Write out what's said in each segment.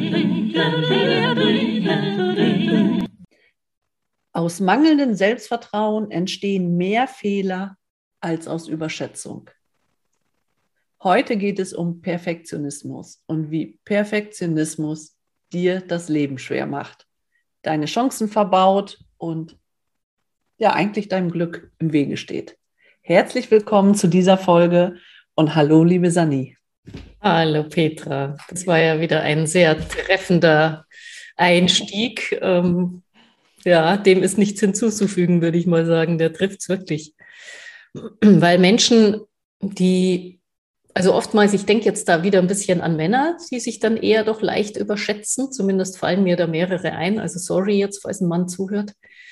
Aus mangelndem Selbstvertrauen entstehen mehr Fehler als aus Überschätzung. Heute geht es um Perfektionismus und wie Perfektionismus dir das Leben schwer macht, deine Chancen verbaut und ja eigentlich deinem Glück im Wege steht. Herzlich willkommen zu dieser Folge und hallo, liebe Sani. Hallo Petra, das war ja wieder ein sehr treffender Einstieg. Ja, dem ist nichts hinzuzufügen, würde ich mal sagen. Der trifft es wirklich. Weil Menschen, also oftmals, ich denke jetzt da wieder ein bisschen an Männer, die sich dann eher doch leicht überschätzen. Zumindest fallen mir da mehrere ein. Also sorry jetzt, falls ein Mann zuhört.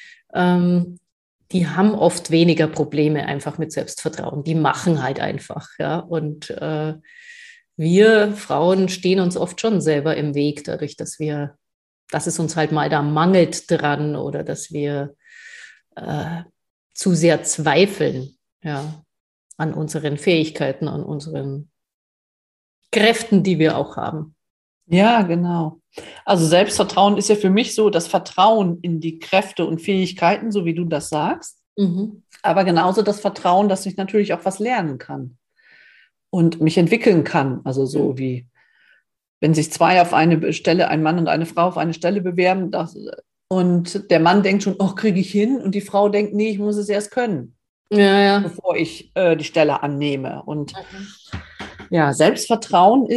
Die haben oft weniger Probleme einfach mit Selbstvertrauen. Die machen halt einfach, ja. Und wir Frauen stehen uns oft schon selber im Weg, dadurch, dass es uns halt mal da mangelt dran oder dass wir zu sehr zweifeln, ja, an unseren Fähigkeiten, an unseren Kräften, die wir auch haben. Ja, genau. Also Selbstvertrauen ist ja für mich so das Vertrauen in die Kräfte und Fähigkeiten, so wie du das sagst. Mhm. Aber genauso das Vertrauen, dass ich natürlich auch was lernen kann und mich entwickeln kann. Also so wie, wenn sich zwei auf eine Stelle, ein Mann und eine Frau auf eine Stelle bewerben, und der Mann denkt schon, oh, kriege ich hin? Und die Frau denkt, nee, ich muss es erst können, Ja, ja. bevor ich die Stelle annehme. Und ja, Selbstvertrauen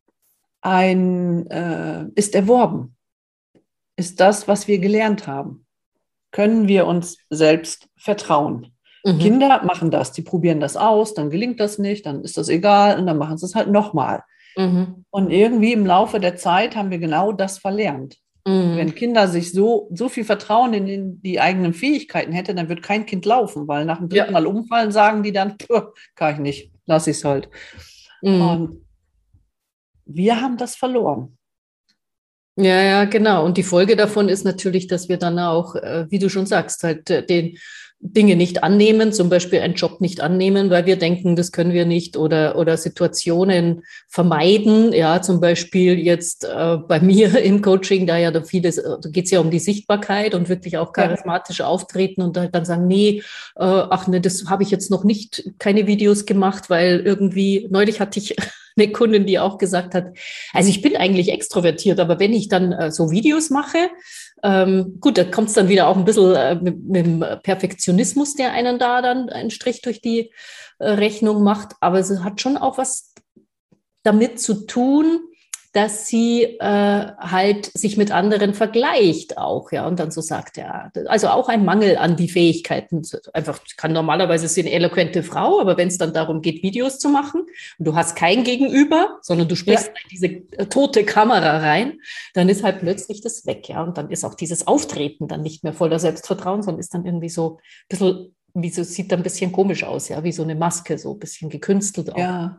ist erworben, ist das, was wir gelernt haben. Können wir uns selbst vertrauen? Mhm. Kinder machen das, die probieren das aus, dann gelingt das nicht, dann ist das egal und dann machen sie es halt nochmal. Mhm. Und irgendwie im Laufe der Zeit haben wir genau das verlernt. Wenn Mhm. Kinder sich so viel Vertrauen in die eigenen Fähigkeiten hätten, dann wird kein Kind laufen, weil nach dem dritten Ja. Mal umfallen sagen die dann, kann ich nicht, lass ich es halt. Mhm. Und wir haben das verloren. Ja, ja, genau. Und die Folge davon ist natürlich, dass wir dann auch, wie du schon sagst, halt den Dinge nicht annehmen, zum Beispiel einen Job nicht annehmen, weil wir denken, das können wir nicht oder Situationen vermeiden. Ja, zum Beispiel jetzt bei mir im Coaching, da vieles, da geht es ja um die Sichtbarkeit und wirklich auch Ja, charismatisch auftreten und halt dann sagen, nee, ach ne, das habe ich jetzt noch nicht, keine Videos gemacht, weil irgendwie, neulich hatte ich eine Kundin, die auch gesagt hat, also ich bin eigentlich extrovertiert, aber wenn ich dann so Videos mache, gut, da kommt es dann wieder auch ein bisschen mit dem Perfektionismus, der einen da dann einen Strich durch die Rechnung macht. Aber es hat schon auch was damit zu tun, dass sie halt sich mit anderen vergleicht auch, ja, und dann so sagt, ja, also auch ein Mangel an die Fähigkeiten. Einfach kann normalerweise ist sie eine eloquente Frau, aber wenn es dann darum geht, Videos zu machen und du hast kein Gegenüber, sondern du ja, sprichst in diese tote Kamera rein, dann ist halt plötzlich das weg, ja, und dann ist auch dieses Auftreten dann nicht mehr voller Selbstvertrauen, sondern ist dann irgendwie so ein bisschen, sieht dann ein bisschen komisch aus, ja, wie so eine Maske, so ein bisschen gekünstelt auch. ja.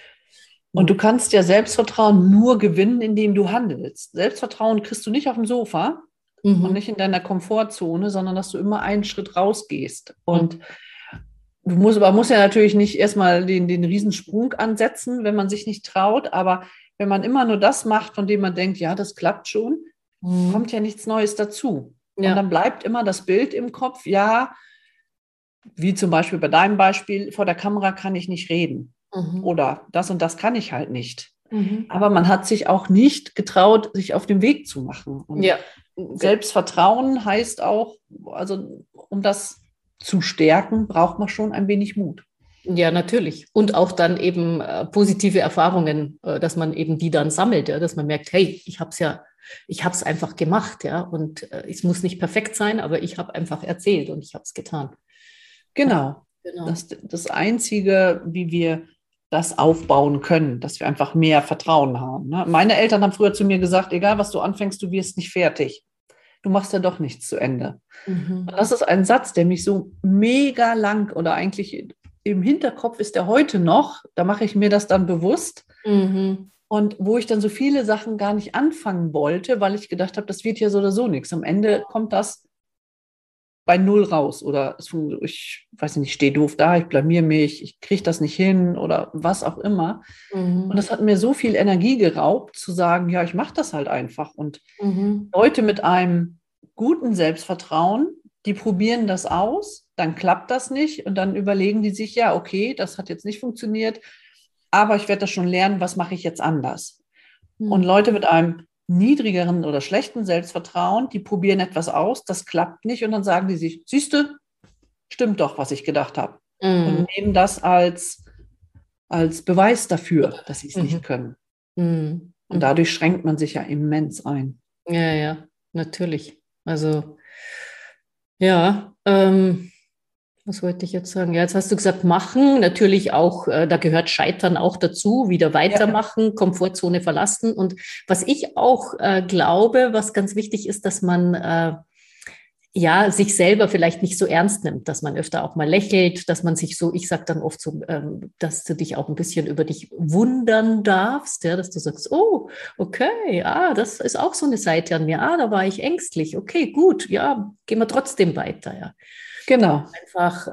Und Ja. du kannst ja Selbstvertrauen nur gewinnen, indem du handelst. Selbstvertrauen kriegst du nicht auf dem Sofa und Mhm. nicht in deiner Komfortzone, sondern dass du immer einen Schritt rausgehst. Mhm. Und man muss ja natürlich nicht erstmal den Riesensprung ansetzen, wenn man sich nicht traut, aber wenn man immer nur das macht, von dem man denkt, ja, das klappt schon, Mhm. kommt ja nichts Neues dazu. Und Ja. dann bleibt immer das Bild im Kopf, ja, wie zum Beispiel bei deinem Beispiel, vor der Kamera kann ich nicht reden. Mhm. Oder das und das kann ich halt nicht. Mhm. Aber man hat sich auch nicht getraut, sich auf den Weg zu machen. Und Ja. Selbstvertrauen heißt auch, also um das zu stärken, braucht man schon ein wenig Mut. Ja, natürlich. Und auch dann eben positive Erfahrungen, dass man eben die dann sammelt, ja, dass man merkt, hey, ich habe es einfach gemacht, ja, und es muss nicht perfekt sein, aber ich habe einfach erzählt und ich habe es getan. Ja, Genau. genau. Das Einzige, wie wir das aufbauen können, dass wir einfach mehr Vertrauen haben. Ne? Meine Eltern haben früher zu mir gesagt, egal was du anfängst, du wirst nicht fertig. Du machst ja doch nichts zu Ende. Und Mhm. das ist ein Satz, der mich so mega lang oder eigentlich im Hinterkopf ist der heute noch. Da mache ich mir das dann bewusst. Mhm. Und wo ich dann so viele Sachen gar nicht anfangen wollte, weil ich gedacht habe, das wird ja so oder so nichts. Am Ende kommt das bei null raus oder ich weiß nicht, ich stehe doof da, ich blamier mich, ich kriege das nicht hin oder was auch immer. Und das hat mir so viel Energie geraubt, zu sagen, ja, ich mache das halt einfach. Und Leute mit einem guten Selbstvertrauen, die probieren das aus, dann klappt das nicht und dann überlegen die sich, ja, okay, das hat jetzt nicht funktioniert, aber ich werde das schon lernen, was mache ich jetzt anders? Und Leute mit einem niedrigeren oder schlechten Selbstvertrauen, die probieren etwas aus, das klappt nicht und dann sagen die sich, siehste, stimmt doch, was ich gedacht habe. Und nehmen das als Beweis dafür, dass sie es nicht können. Und dadurch schränkt man sich ja immens ein. Ja, ja, natürlich. Also, ja, was wollte ich jetzt sagen? Ja, jetzt hast du gesagt, machen, natürlich auch, da gehört Scheitern auch dazu, wieder weitermachen, Komfortzone verlassen. Und was ich auch glaube, was ganz wichtig ist, dass man ja sich selber vielleicht nicht so ernst nimmt, dass man öfter auch mal lächelt, dass man sich so, ich sage dann oft so, dass du dich auch ein bisschen über dich wundern darfst, ja, dass du sagst, oh, okay, das ist auch so eine Seite an mir, da war ich ängstlich, okay, gut, ja, gehen wir trotzdem weiter, ja. Genau. Einfach,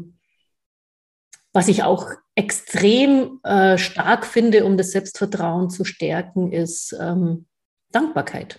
was ich auch extrem stark finde, um das Selbstvertrauen zu stärken, ist Dankbarkeit.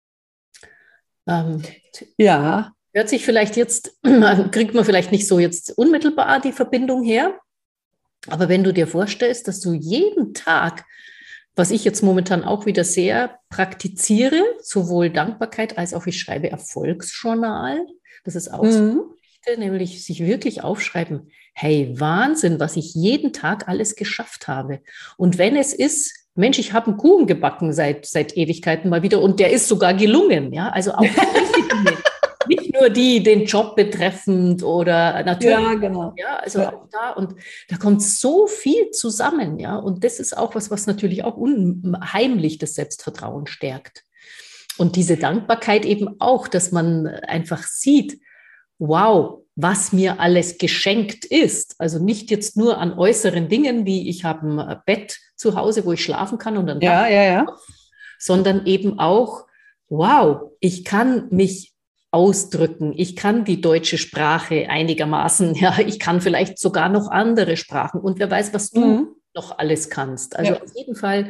Ja. Hört sich vielleicht jetzt, kriegt man vielleicht nicht so jetzt unmittelbar die Verbindung her, aber wenn du dir vorstellst, dass du jeden Tag, was ich jetzt momentan auch wieder sehr praktiziere, sowohl Dankbarkeit als auch ich schreibe Erfolgsjournal, das ist auch so, nämlich sich wirklich aufschreiben, hey, Wahnsinn, was ich jeden Tag alles geschafft habe. Und wenn es ist, Mensch, ich habe einen Kuchen gebacken seit Ewigkeiten mal wieder und der ist sogar gelungen, ja, also auch nicht nur die den Job betreffend oder natürlich, ja, genau. Ja, also auch da und da kommt so viel zusammen, ja, und das ist auch was natürlich auch unheimlich das Selbstvertrauen stärkt. Und diese Dankbarkeit eben auch, dass man einfach sieht, wow, was mir alles geschenkt ist. Also nicht jetzt nur an äußeren Dingen, wie ich habe ein Bett zu Hause, wo ich schlafen kann und dann sondern eben auch, wow, ich kann mich ausdrücken, ich kann die deutsche Sprache einigermaßen, ja, ich kann vielleicht sogar noch andere Sprachen und wer weiß, was du noch alles kannst. Also auf jeden Fall,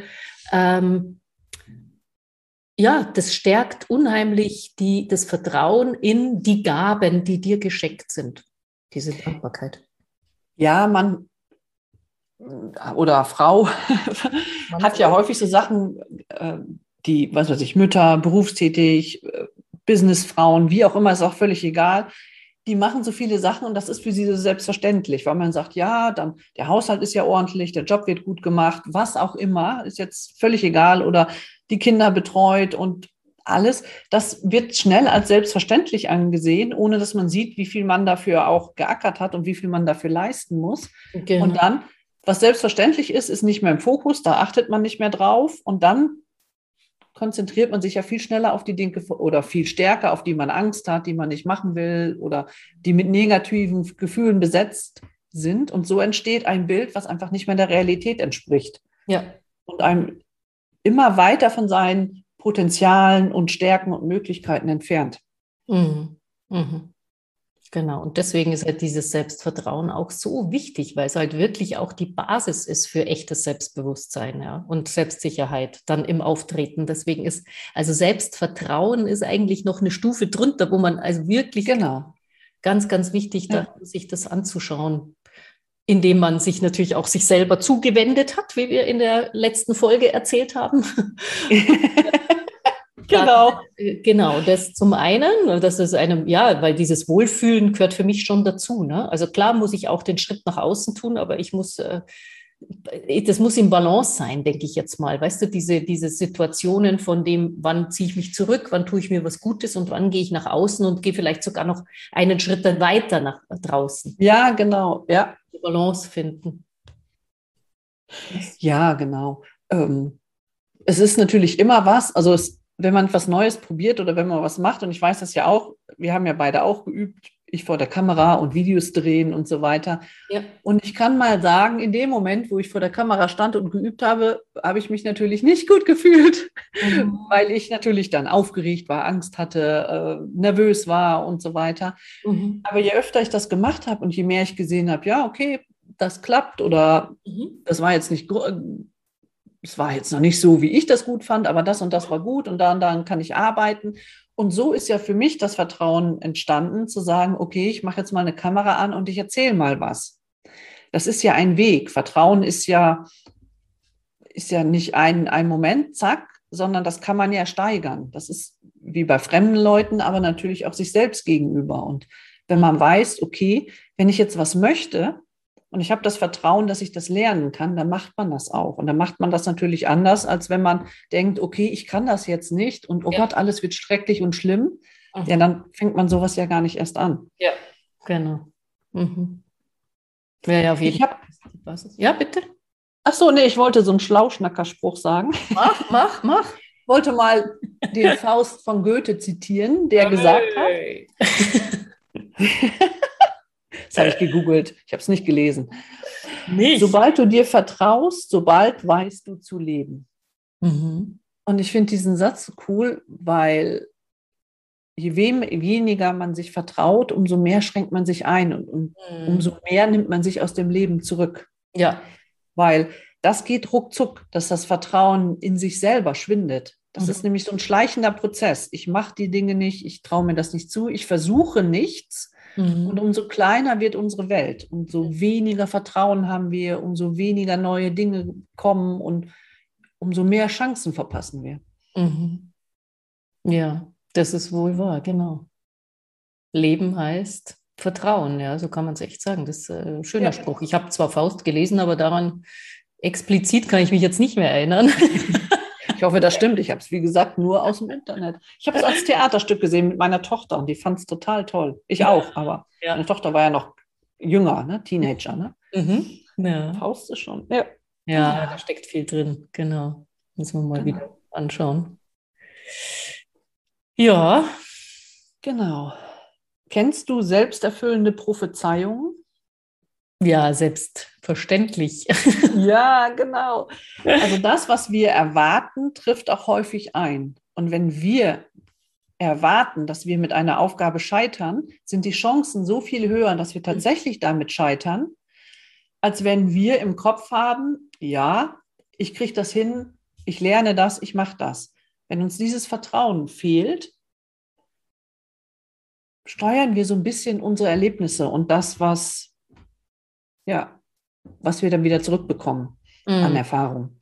ja, das stärkt unheimlich das Vertrauen in die Gaben, die dir geschenkt sind, diese Dankbarkeit. Ja, man oder Frau hat ja häufig so Sachen, die, was weiß ich, Mütter, berufstätig, Businessfrauen, wie auch immer, ist auch völlig egal. Die machen so viele Sachen und das ist für sie so selbstverständlich, weil man sagt, ja, dann der Haushalt ist ja ordentlich, der Job wird gut gemacht, was auch immer, ist jetzt völlig egal oder die Kinder betreut und alles. Das wird schnell als selbstverständlich angesehen, ohne dass man sieht, wie viel man dafür auch geackert hat und wie viel man dafür leisten muss. Genau. Und dann, was selbstverständlich ist, ist nicht mehr im Fokus, da achtet man nicht mehr drauf und dann konzentriert man sich ja viel schneller auf die Dinge oder viel stärker, auf die man Angst hat, die man nicht machen will oder die mit negativen Gefühlen besetzt sind. Und so entsteht ein Bild, was einfach nicht mehr der Realität entspricht. Ja. Und einem immer weiter von seinen Potenzialen und Stärken und Möglichkeiten entfernt. Mhm. Mhm. Genau, und deswegen ist halt dieses Selbstvertrauen auch so wichtig, weil es halt wirklich auch die Basis ist für echtes Selbstbewusstsein, ja, und Selbstsicherheit dann im Auftreten. Deswegen ist, also Selbstvertrauen ist eigentlich noch eine Stufe drunter, wo man also wirklich ganz, ganz wichtig, sich das anzuschauen, indem man sich natürlich auch sich selber zugewendet hat, wie wir in der letzten Folge erzählt haben. Genau, das zum einen, das ist einem, ja, weil dieses Wohlfühlen gehört für mich schon dazu, ne? Also klar muss ich auch den Schritt nach außen tun, aber das muss im Balance sein, denke ich jetzt mal. Weißt du, diese Situationen von dem, wann ziehe ich mich zurück, wann tue ich mir was Gutes und wann gehe ich nach außen und gehe vielleicht sogar noch einen Schritt dann weiter nach draußen. Ja, genau, ja. Die Balance finden. Ja, genau. Es ist natürlich immer was, also wenn man was Neues probiert oder wenn man was macht, und ich weiß das ja auch, wir haben ja beide auch geübt, ich vor der Kamera und Videos drehen und so weiter. Ja. Und ich kann mal sagen, in dem Moment, wo ich vor der Kamera stand und geübt habe, habe ich mich natürlich nicht gut gefühlt, weil ich natürlich dann aufgeregt war, Angst hatte, nervös war und so weiter. Mhm. Aber je öfter ich das gemacht habe und je mehr ich gesehen habe, ja, okay, das klappt oder das war jetzt nicht, es war jetzt noch nicht so, wie ich das gut fand, aber das und das war gut und daran kann ich arbeiten. Und so ist ja für mich das Vertrauen entstanden, zu sagen, okay, ich mache jetzt mal eine Kamera an und ich erzähle mal was. Das ist ja ein Weg. Vertrauen ist ja nicht ein Moment, zack, sondern das kann man ja steigern. Das ist wie bei fremden Leuten, aber natürlich auch sich selbst gegenüber. Und wenn man weiß, okay, wenn ich jetzt was möchte und ich habe das Vertrauen, dass ich das lernen kann, dann macht man das auch. Und dann macht man das natürlich anders, als wenn man denkt, okay, ich kann das jetzt nicht und oh Gott, alles wird schrecklich und schlimm. Ja, dann fängt man sowas ja gar nicht erst an. Ja, genau. Ja, auf jeden Fall. Ja, bitte. Ach so, nee, ich wollte so einen Schlauschnackerspruch sagen. Mach. Ich wollte mal den Faust von Goethe zitieren, der gesagt hat, das habe ich gegoogelt, ich habe es nicht gelesen. Nicht. Sobald du dir vertraust, sobald weißt du zu leben. Mhm. Und ich finde diesen Satz so cool, weil je weniger man sich vertraut, umso mehr schränkt man sich ein und umso mehr nimmt man sich aus dem Leben zurück. Ja. Weil das geht ruckzuck, dass das Vertrauen in sich selber schwindet. Das ist nämlich so ein schleichender Prozess. Ich mache die Dinge nicht, ich traue mir das nicht zu, ich versuche nichts. Und umso kleiner wird unsere Welt, umso weniger Vertrauen haben wir, umso weniger neue Dinge kommen und umso mehr Chancen verpassen wir. Ja, das ist wohl wahr, genau. Leben heißt Vertrauen, ja, so kann man es echt sagen. Das ist ein schöner Spruch. Ich habe zwar Faust gelesen, aber daran explizit kann ich mich jetzt nicht mehr erinnern. Ich hoffe, das stimmt. Ich habe es, wie gesagt, nur aus dem Internet. Ich habe es als Theaterstück gesehen mit meiner Tochter und die fand es total toll. Ich auch, aber meine Tochter war ja noch jünger, ne? Teenager. Ne? Ja. Faust ist schon. Ja, da steckt viel drin, genau. Müssen wir mal wieder anschauen. Ja. Genau. Kennst du selbsterfüllende Prophezeiungen? Ja, selbstverständlich. Ja, genau. Also das, was wir erwarten, trifft auch häufig ein. Und wenn wir erwarten, dass wir mit einer Aufgabe scheitern, sind die Chancen so viel höher, dass wir tatsächlich damit scheitern, als wenn wir im Kopf haben, ja, ich kriege das hin, ich lerne das, ich mache das. Wenn uns dieses Vertrauen fehlt, steuern wir so ein bisschen unsere Erlebnisse und das, was wir dann wieder zurückbekommen an Erfahrung.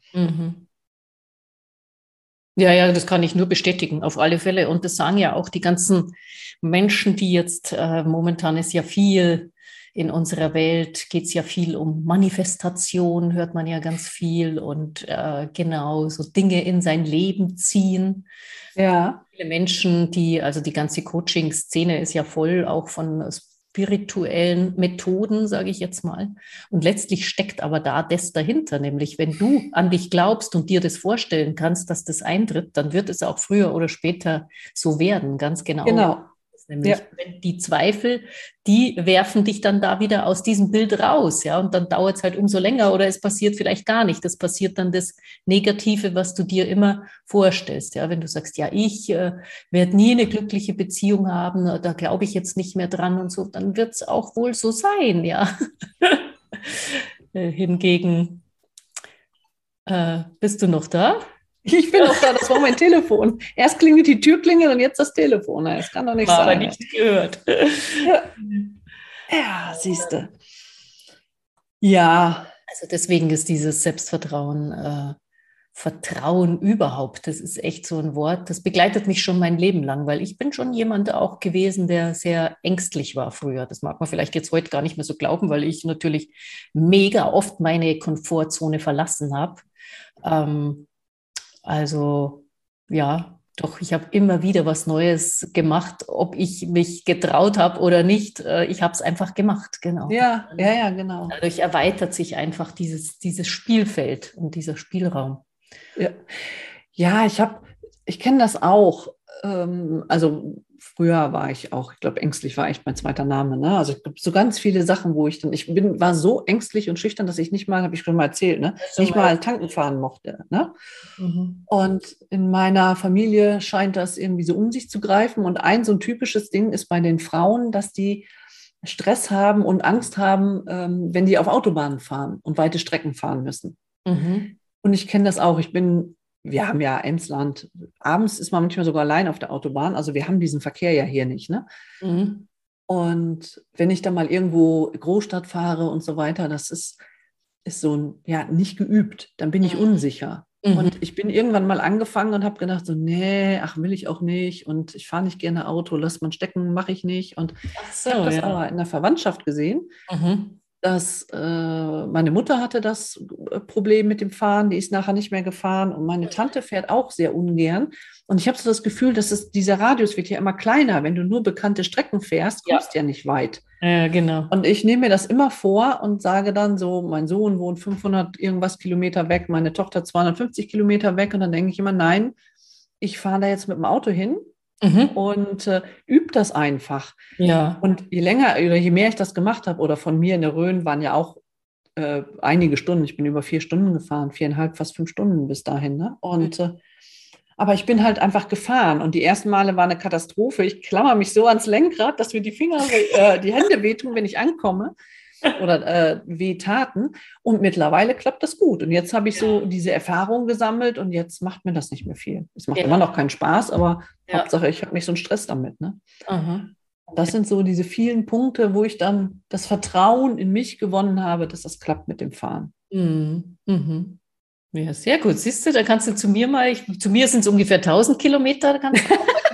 Ja, das kann ich nur bestätigen, auf alle Fälle. Und das sagen ja auch die ganzen Menschen, die jetzt momentan ist ja viel in unserer Welt, geht es ja viel um Manifestation, hört man ja ganz viel und genau so Dinge in sein Leben ziehen. Ja. Viele Menschen, also die ganze Coaching-Szene ist ja voll auch von spirituellen Methoden, sage ich jetzt mal. Und letztlich steckt aber da das dahinter, nämlich wenn du an dich glaubst und dir das vorstellen kannst, dass das eintritt, dann wird es auch früher oder später so werden, ganz genau. Genau. Nämlich die Zweifel, die werfen dich dann da wieder aus diesem Bild raus, ja, und dann dauert es halt umso länger oder es passiert vielleicht gar nicht. Das passiert dann das Negative, was du dir immer vorstellst, ja, wenn du sagst, ja, ich werde nie eine glückliche Beziehung haben, da glaube ich jetzt nicht mehr dran und so, dann wird es auch wohl so sein, ja. Hingegen, bist du noch da? Ich bin auch da, das war mein Telefon. Erst klingelt die Türklingel und jetzt das Telefon. Das kann doch nicht sein. Aber nicht gehört. Ja, siehst du. Ja. Also deswegen ist dieses Selbstvertrauen, Vertrauen überhaupt, das ist echt so ein Wort, das begleitet mich schon mein Leben lang, weil ich bin schon jemand auch gewesen, der sehr ängstlich war früher. Das mag man vielleicht jetzt heute gar nicht mehr so glauben, weil ich natürlich mega oft meine Komfortzone verlassen habe. Also ja, doch, ich habe immer wieder was Neues gemacht, ob ich mich getraut habe oder nicht. Ich habe es einfach gemacht, genau. Ja, genau. Dadurch erweitert sich einfach dieses Spielfeld und dieser Spielraum. Ja, ich kenne das auch. Also früher war ich auch, ich glaube, ängstlich war echt mein zweiter Name. Ne? Also es gibt so ganz viele Sachen, wo war so ängstlich und schüchtern, dass ich nicht mal, habe ich schon mal erzählt, ne? Nicht mal tanken fahren mochte. Ne? Mhm. Und in meiner Familie scheint das irgendwie so um sich zu greifen. Und so ein typisches Ding ist bei den Frauen, dass die Stress haben und Angst haben, wenn die auf Autobahnen fahren und weite Strecken fahren müssen. Mhm. Und ich kenne das auch. Wir haben ja Emsland. Abends ist man manchmal sogar allein auf der Autobahn. Also wir haben diesen Verkehr ja hier nicht, ne? Mhm. Und wenn ich dann mal irgendwo Großstadt fahre und so weiter, ist so nicht geübt. Dann bin ich unsicher. Mhm. Und ich bin irgendwann mal angefangen und habe gedacht, so, nee, ach, will ich auch nicht. Und ich fahre nicht gerne Auto, lass man stecken, mache ich nicht. Und Ach so, ich habe das ja. aber in der Verwandtschaft gesehen, Mhm. dass meine Mutter hatte das Problem mit dem Fahren, die ist nachher nicht mehr gefahren und meine Tante fährt auch sehr ungern. Und ich habe so das Gefühl, dass dieser Radius wird ja immer kleiner. Wenn du nur bekannte Strecken fährst, kommst ja nicht weit. Genau. Und ich nehme mir das immer vor und sage dann so, mein Sohn wohnt 500 irgendwas Kilometer weg, meine Tochter 250 Kilometer weg. Und dann denke ich immer, nein, ich fahre da jetzt mit dem Auto hin Mhm. und übe das einfach. Ja. Und je länger oder je mehr ich das gemacht habe, oder von mir in der Rhön waren ja auch einige Stunden, ich bin über 4 Stunden gefahren, 4,5, fast 5 Stunden bis dahin. Ne? Aber ich bin halt einfach gefahren und die ersten Male war eine Katastrophe. Ich klammer mich so ans Lenkrad, dass mir die Hände wehtun, wenn ich ankomme oder wehtaten. Und mittlerweile klappt das gut. Und jetzt habe ich so diese Erfahrung gesammelt und jetzt macht mir das nicht mehr viel. Es macht immer noch keinen Spaß, aber Hauptsache, ich habe nicht so einen Stress damit. Ne? Mhm. Das sind so diese vielen Punkte, wo ich dann das Vertrauen in mich gewonnen habe, dass das klappt mit dem Fahren. Mhm. Mhm. Ja, sehr gut. Siehst du, da kannst du zu mir mal, zu mir sind es ungefähr 1000 Kilometer, da kannst du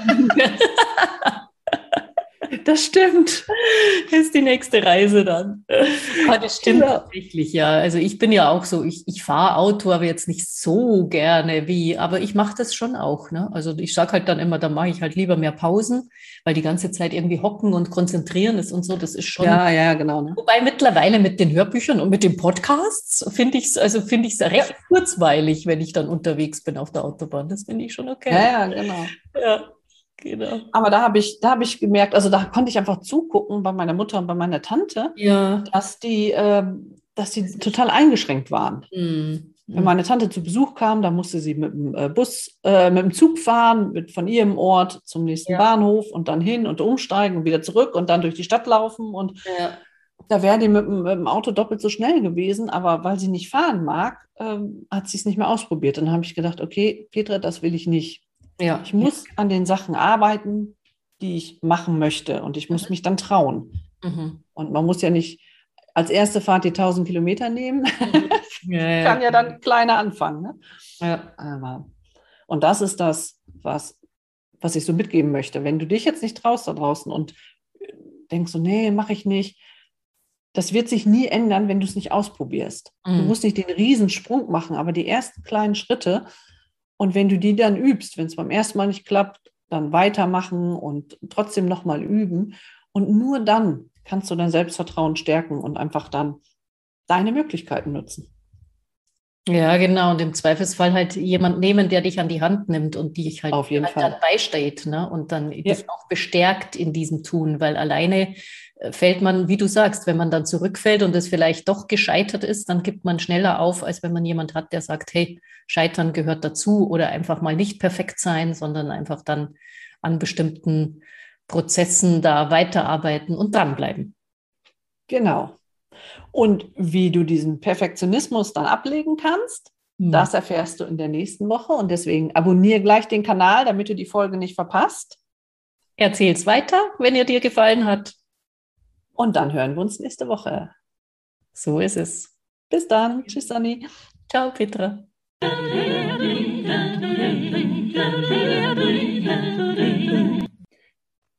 Das stimmt. ist die nächste Reise dann. Aber das stimmt Genau. tatsächlich, ja. Also ich bin ja auch so, ich fahre Auto, aber jetzt nicht so gerne aber ich mache das schon auch. Ne? Also ich sage halt dann immer, da mache ich halt lieber mehr Pausen, weil die ganze Zeit irgendwie hocken und konzentrieren ist und so, das ist schon. Ja, genau. Ne? Wobei mittlerweile mit den Hörbüchern und mit den Podcasts finde ich es recht kurzweilig, wenn ich dann unterwegs bin auf der Autobahn. Das finde ich schon okay. Ja, genau. Ja, genau. Aber da hab ich gemerkt, also da konnte ich einfach zugucken bei meiner Mutter und bei meiner Tante, Ja. dass die total eingeschränkt waren. Mhm. Wenn meine Tante zu Besuch kam, dann musste sie mit dem mit dem Zug fahren, von ihrem Ort zum nächsten Bahnhof und dann hin und umsteigen und wieder zurück und dann durch die Stadt laufen. Und da wäre die mit dem Auto doppelt so schnell gewesen, aber weil sie nicht fahren mag, hat sie es nicht mehr ausprobiert. Dann habe ich gedacht, okay, Petra, das will ich nicht. Ja. Ich muss an den Sachen arbeiten, die ich machen möchte und ich muss mich dann trauen. Mhm. Und man muss ja nicht als erste Fahrt die 1000 Kilometer nehmen. Kann ja dann kleiner anfangen. Ne? Ja. Und das ist das, was ich so mitgeben möchte. Wenn du dich jetzt nicht traust da draußen und denkst so, nee, mache ich nicht, das wird sich nie ändern, wenn du es nicht ausprobierst. Du musst nicht den Riesensprung machen, aber die ersten kleinen Schritte. Und wenn du die dann übst, wenn es beim ersten Mal nicht klappt, dann weitermachen und trotzdem nochmal üben. Und nur dann kannst du dein Selbstvertrauen stärken und einfach dann deine Möglichkeiten nutzen. Ja, genau. Und im Zweifelsfall halt jemand nehmen, der dich an die Hand nimmt und dich halt, Auf jeden Fall dann beisteht, ne? Und dann dich auch bestärkt in diesem Tun, weil alleine fällt man, wie du sagst, wenn man dann zurückfällt und es vielleicht doch gescheitert ist, dann gibt man schneller auf, als wenn man jemand hat, der sagt, hey, Scheitern gehört dazu oder einfach mal nicht perfekt sein, sondern einfach dann an bestimmten Prozessen da weiterarbeiten und dranbleiben. Genau. Und wie du diesen Perfektionismus dann ablegen kannst, das erfährst du in der nächsten Woche. Und deswegen abonniere gleich den Kanal, damit du die Folge nicht verpasst. Erzähl's weiter, wenn dir gefallen hat. Und dann hören wir uns nächste Woche. So ist es. Bis dann. Tschüss, Anni. Ciao, Petra.